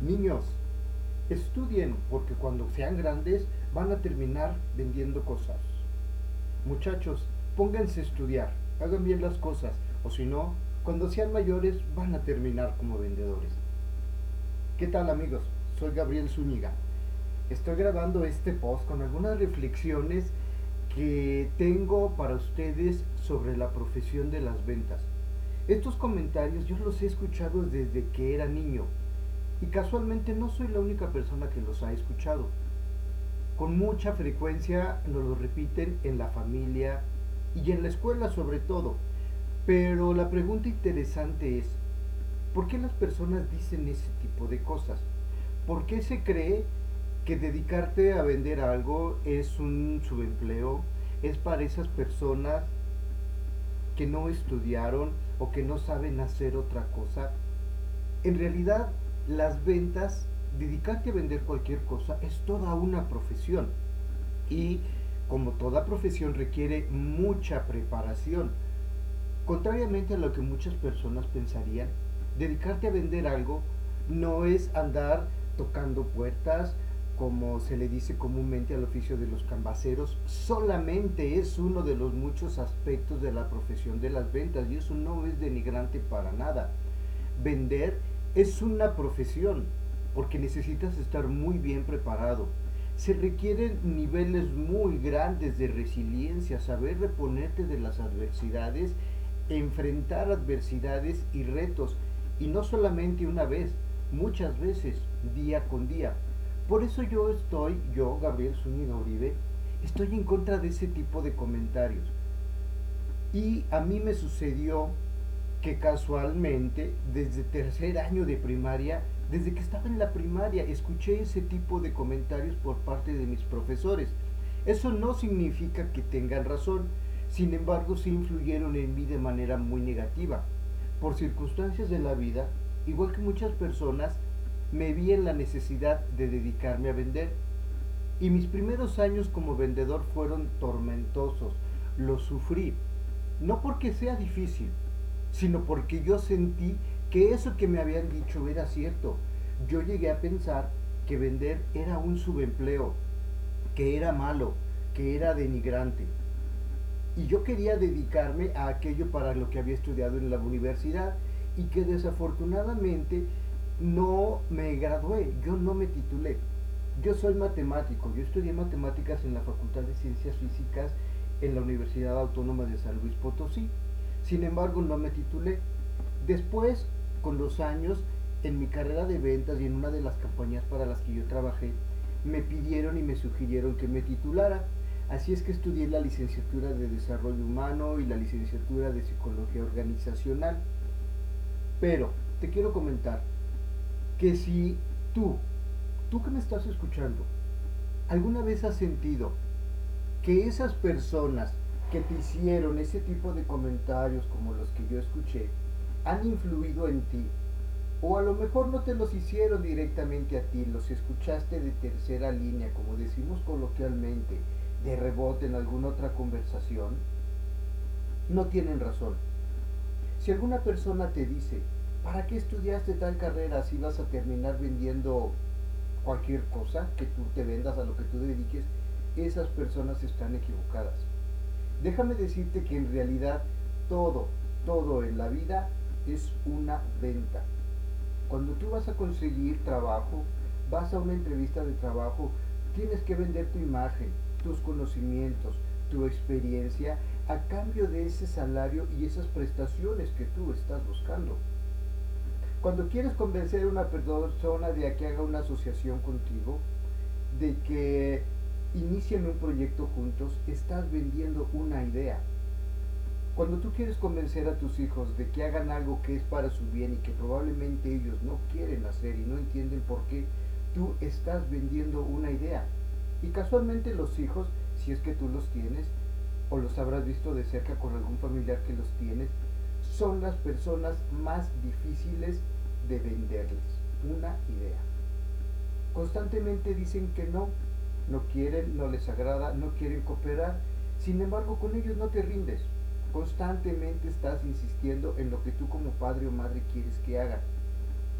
Niños, estudien porque cuando sean grandes van a terminar vendiendo cosas. Muchachos, pónganse a estudiar, hagan bien las cosas, o si no, cuando sean mayores van a terminar como vendedores. ¿Qué tal amigos? Soy Gabriel Zúñiga. Estoy grabando este post con algunas reflexiones que tengo para ustedes sobre la profesión de las ventas. Estos comentarios yo los he escuchado desde que era niño y casualmente no soy la única persona que los ha escuchado. Con mucha frecuencia nos lo repiten en la familia y en la escuela sobre todo. Pero la pregunta interesante es, ¿por qué las personas dicen ese tipo de cosas? ¿Por qué se cree que dedicarte a vender algo es un subempleo? ¿Es para esas personas que no estudiaron o que no saben hacer otra cosa? En realidad, las ventas, dedicarte a vender cualquier cosa, es toda una profesión. Y como toda profesión requiere mucha preparación. Contrariamente a lo que muchas personas pensarían, dedicarte a vender algo no es andar tocando puertas, como se le dice comúnmente al oficio de los cambaceros, solamente es uno de los muchos aspectos de la profesión de las ventas y eso no es denigrante para nada. Vender es una profesión porque necesitas estar muy bien preparado. Se requieren niveles muy grandes de resiliencia, saber reponerte de las adversidades, enfrentar adversidades y retos, y no solamente una vez, muchas veces, día con día. Por eso yo, Gabriel Zúñiga Uribe, estoy en contra de ese tipo de comentarios. Y a mí me sucedió que casualmente, desde tercer año de primaria, desde que estaba en la primaria, escuché ese tipo de comentarios por parte de mis profesores. Eso no significa que tengan razón, sin embargo sí influyeron en mí de manera muy negativa. Por circunstancias de la vida, igual que muchas personas, me vi en la necesidad de dedicarme a vender. Y mis primeros años como vendedor fueron tormentosos, los sufrí, no porque sea difícil, sino porque yo sentí que eso que me habían dicho era cierto. Yo llegué a pensar que vender era un subempleo, que era malo, que era denigrante. Y yo quería dedicarme a aquello para lo que había estudiado en la universidad y que desafortunadamente no me gradué, yo no me titulé. Yo soy matemático, yo estudié matemáticas en la Facultad de Ciencias Físicas en la Universidad Autónoma de San Luis Potosí. Sin embargo, no me titulé. Después, con los años, en mi carrera de ventas y en una de las campañas para las que yo trabajé, me pidieron y me sugirieron que me titulara. Así es que estudié la licenciatura de Desarrollo Humano y la licenciatura de Psicología Organizacional. Pero te quiero comentar que si tú, tú que me estás escuchando, alguna vez has sentido que esas personas que te hicieron ese tipo de comentarios como los que yo escuché han influido en ti, o a lo mejor no te los hicieron directamente a ti, los escuchaste de tercera línea, como decimos coloquialmente, de rebote en alguna otra conversación, no tienen razón. Si alguna persona te dice, ¿para qué estudiaste tal carrera si vas a terminar vendiendo cualquier cosa que tú te vendas, a lo que tú dediques? Esas personas están equivocadas. Déjame decirte que en realidad todo, todo en la vida es una venta. Cuando tú vas a conseguir trabajo, vas a una entrevista de trabajo, tienes que vender tu imagen, tus conocimientos, tu experiencia a cambio de ese salario y esas prestaciones que tú estás buscando. Cuando quieres convencer a una persona de que haga una asociación contigo, de que inicien un proyecto juntos, estás vendiendo una idea. Cuando tú quieres convencer a tus hijos de que hagan algo que es para su bien y que probablemente ellos no quieren hacer y no entienden por qué, tú estás vendiendo una idea. Y casualmente los hijos, si es que tú los tienes, o los habrás visto de cerca con algún familiar que los tienes, son las personas más difíciles de venderles una idea. Constantemente dicen que no, no quieren, no les agrada, no quieren cooperar. Sin embargo, con ellos no te rindes. Constantemente estás insistiendo en lo que tú como padre o madre quieres que hagan.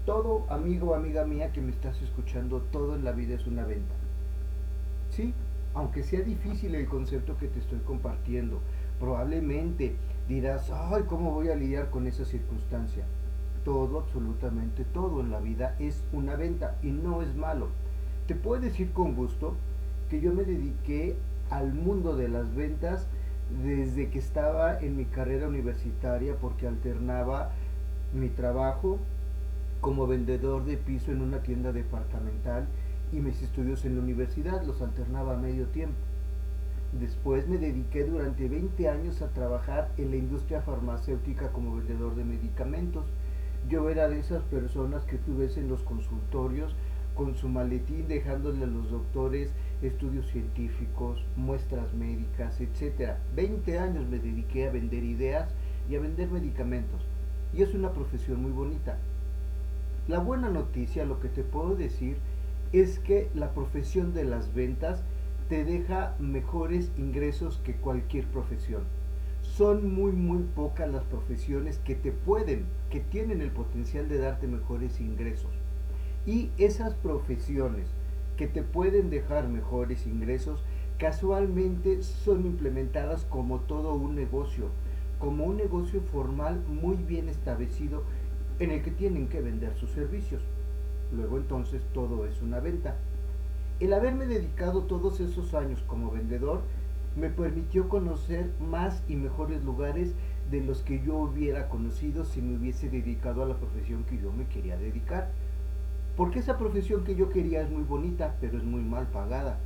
Todo, amigo o amiga mía que me estás escuchando, todo en la vida es una venta. Sí, aunque sea difícil el concepto que te estoy compartiendo, probablemente dirás, ay, ¿cómo voy a lidiar con esa circunstancia? Todo, absolutamente todo en la vida es una venta y no es malo. Te puedo decir con gusto que yo me dediqué al mundo de las ventas desde que estaba en mi carrera universitaria porque alternaba mi trabajo como vendedor de piso en una tienda departamental y mis estudios en la universidad los alternaba a medio tiempo. Después me dediqué durante 20 años a trabajar en la industria farmacéutica como vendedor de medicamentos. Yo era de esas personas que tú ves en los consultorios con su maletín dejándole a los doctores estudios científicos, muestras médicas, etcétera. 20 años me dediqué a vender ideas y a vender medicamentos. Y es una profesión muy bonita. La buena noticia, lo que te puedo decir, es que la profesión de las ventas te deja mejores ingresos que cualquier profesión. Son muy pocas las profesiones que tienen el potencial de darte mejores ingresos. Y esas profesiones que te pueden dejar mejores ingresos, casualmente son implementadas como todo un negocio, como un negocio formal muy bien establecido en el que tienen que vender sus servicios. Luego entonces todo es una venta. El haberme dedicado todos esos años como vendedor me permitió conocer más y mejores lugares de los que yo hubiera conocido si me hubiese dedicado a la profesión que yo me quería dedicar. Porque esa profesión que yo quería es muy bonita, pero es muy mal pagada.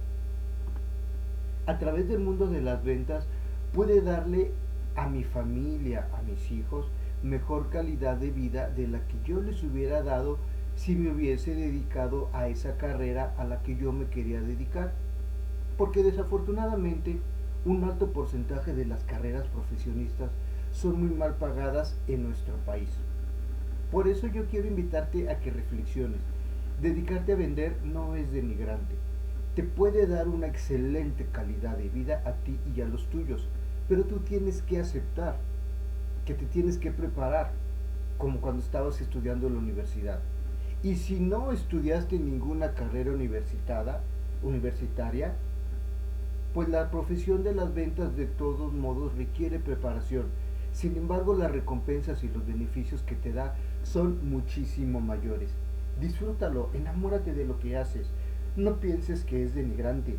A través del mundo de las ventas pude darle a mi familia, a mis hijos, mejor calidad de vida de la que yo les hubiera dado si me hubiese dedicado a esa carrera a la que yo me quería dedicar. Porque desafortunadamente un alto porcentaje de las carreras profesionistas son muy mal pagadas en nuestro país. Por eso yo quiero invitarte a que reflexiones. Dedicarte a vender no es denigrante. Te puede dar una excelente calidad de vida a ti y a los tuyos, pero tú tienes que aceptar que te tienes que preparar, como cuando estabas estudiando en la universidad. Y si no estudiaste ninguna carrera universitaria, pues la profesión de las ventas de todos modos requiere preparación. Sin embargo, las recompensas y los beneficios que te da son muchísimo mayores. Disfrútalo, enamórate de lo que haces. No pienses que es denigrante.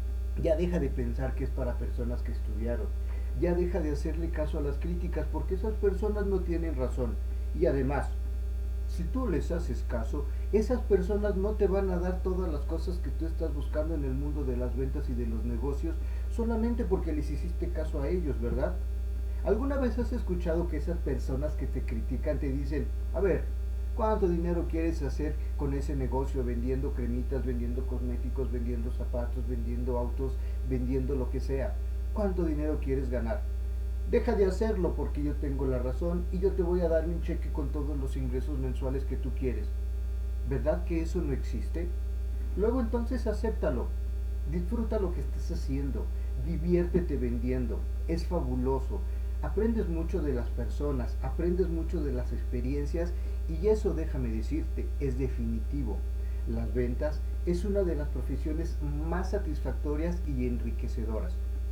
Ya deja de pensar que es para personas que estudiaron. Ya deja de hacerle caso a las críticas porque esas personas no tienen razón. Y además, si tú les haces caso, esas personas no te van a dar todas las cosas que tú estás buscando en el mundo de las ventas y de los negocios solamente porque les hiciste caso a ellos, ¿verdad? ¿Alguna vez has escuchado que esas personas que te critican te dicen, a ver, ¿cuánto dinero quieres hacer con ese negocio vendiendo cremitas, vendiendo cosméticos, vendiendo zapatos, vendiendo autos, vendiendo lo que sea? ¿Cuánto dinero quieres ganar? Deja de hacerlo porque yo tengo la razón y yo te voy a dar un cheque con todos los ingresos mensuales que tú quieres. ¿Verdad que eso no existe? Luego entonces acéptalo. Disfruta lo que estás haciendo. Diviértete vendiendo. Es fabuloso. Aprendes mucho de las personas, aprendes mucho de las experiencias y eso, déjame decirte, es definitivo. Las ventas es una de las profesiones más satisfactorias y enriquecedoras.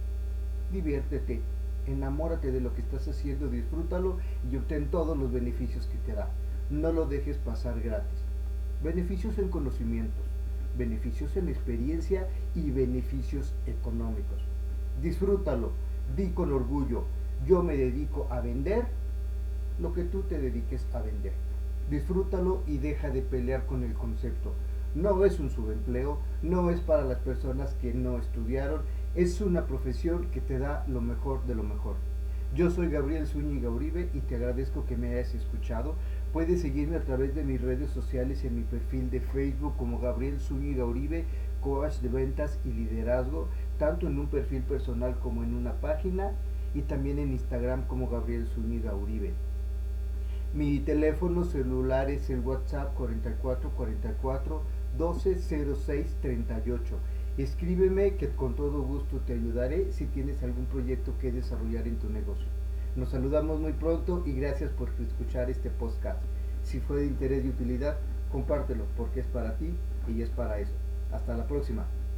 Diviértete, enamórate de lo que estás haciendo, disfrútalo y obtén todos los beneficios que te da. No lo dejes pasar gratis. Beneficios en conocimientos, beneficios en experiencia y beneficios económicos. Disfrútalo, di con orgullo, yo me dedico a vender lo que tú te dediques a vender. Disfrútalo y deja de pelear con el concepto. No es un subempleo, no es para las personas que no estudiaron, es una profesión que te da lo mejor de lo mejor. Yo soy Gabriel Zúñiga Uribe y te agradezco que me hayas escuchado. Puedes seguirme a través de mis redes sociales en mi perfil de Facebook como Gabriel Zúñiga Uribe, coach de ventas y liderazgo, tanto en un perfil personal como en una página, y también en Instagram como Gabriel Zúñiga Uribe. Mi teléfono celular es el WhatsApp 4444 120638. Escríbeme que con todo gusto te ayudaré si tienes algún proyecto que desarrollar en tu negocio. Nos saludamos muy pronto y gracias por escuchar este podcast. Si fue de interés y utilidad, compártelo porque es para ti y es para eso. Hasta la próxima.